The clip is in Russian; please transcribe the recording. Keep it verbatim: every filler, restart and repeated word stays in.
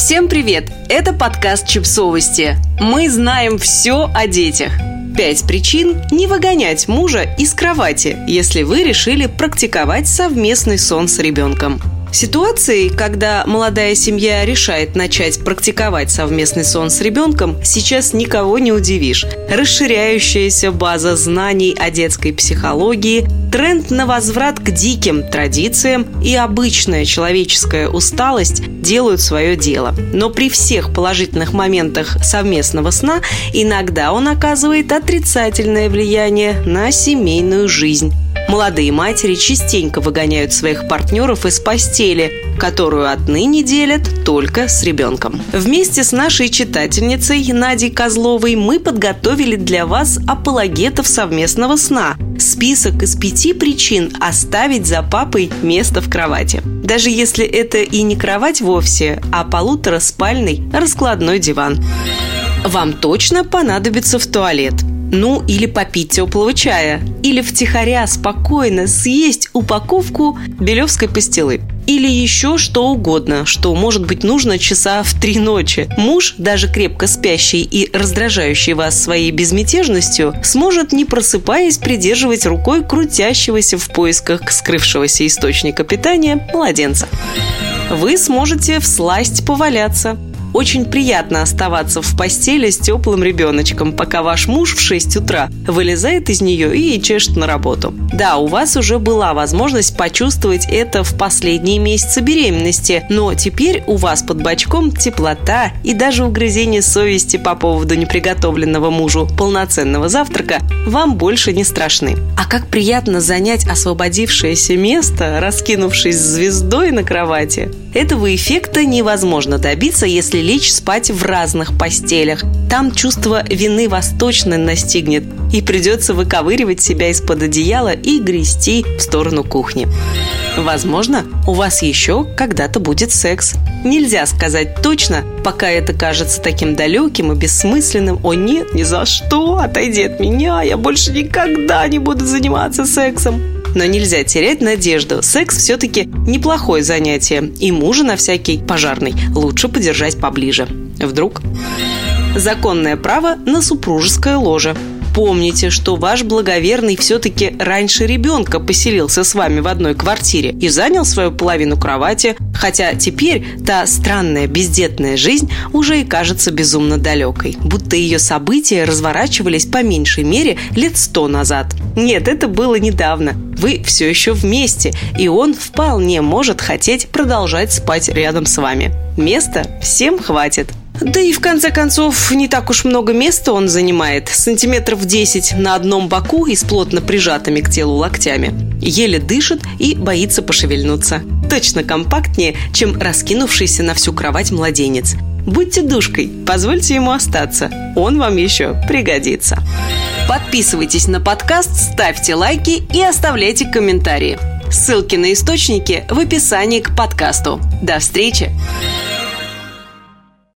Всем привет! Это подкаст «Чипсовости». Мы знаем все о детях. Пять причин не выгонять мужа из кровати, если вы решили практиковать совместный сон с ребенком. Ситуации, когда молодая семья решает начать практиковать совместный сон с ребенком, сейчас никого не удивишь. Расширяющаяся база знаний о детской психологии, тренд на возврат к диким традициям и обычная человеческая усталость делают свое дело. Но при всех положительных моментах совместного сна иногда он оказывает отрицательное влияние на семейную жизнь. Молодые матери частенько выгоняют своих партнеров из постели, которую отныне делят только с ребенком. Вместе с нашей читательницей Надей Козловой мы подготовили для вас апологетов совместного сна. Список из пяти причин оставить за папой место в кровати. Даже если это и не кровать вовсе, а полутораспальный раскладной диван. Вам точно понадобится в туалет. Ну, или попить теплого чая. Или втихаря спокойно съесть упаковку белевской пастилы. Или еще что угодно, что может быть нужно часа в три ночи. Муж, даже крепко спящий и раздражающий вас своей безмятежностью, сможет, не просыпаясь, придерживать рукой крутящегося в поисках скрывшегося источника питания младенца. Вы сможете всласть поваляться. Очень приятно оставаться в постели с теплым ребеночком, пока ваш муж в шесть утра вылезает из нее и чешет на работу. Да, у вас уже была возможность почувствовать это в последние месяцы беременности, но теперь у вас под бочком теплота и даже угрызение совести по поводу неприготовленного мужу полноценного завтрака вам больше не страшны. А как приятно занять освободившееся место, раскинувшись звездой на кровати. Этого эффекта невозможно добиться, если лечь спать в разных постелях. Там чувство вины вас точно настигнет, и придется выковыривать себя из-под одеяла и грести в сторону кухни. Возможно, у вас еще когда-то будет секс. Нельзя сказать точно, пока это кажется таким далеким и бессмысленным. О нет, ни за что, отойди от меня, я больше никогда не буду заниматься сексом. Но нельзя терять надежду. Секс все-таки неплохое занятие. И мужа на всякий пожарный лучше подержать поближе. Вдруг? Законное право на супружеское ложе. Помните, что ваш благоверный все-таки раньше ребенка поселился с вами в одной квартире и занял свою половину кровати, хотя теперь та странная бездетная жизнь уже и кажется безумно далекой, будто ее события разворачивались по меньшей мере лет сто назад. Нет, это было недавно. Вы все еще вместе, и он вполне может хотеть продолжать спать рядом с вами. Места всем хватит. Да и в конце концов, не так уж много места он занимает, сантиметров десять на одном боку и с плотно прижатыми к телу локтями. Еле дышит и боится пошевельнуться. Точно компактнее, чем раскинувшийся на всю кровать младенец. Будьте душкой, позвольте ему остаться, он вам еще пригодится. Подписывайтесь на подкаст, ставьте лайки и оставляйте комментарии. Ссылки на источники в описании к подкасту. До встречи!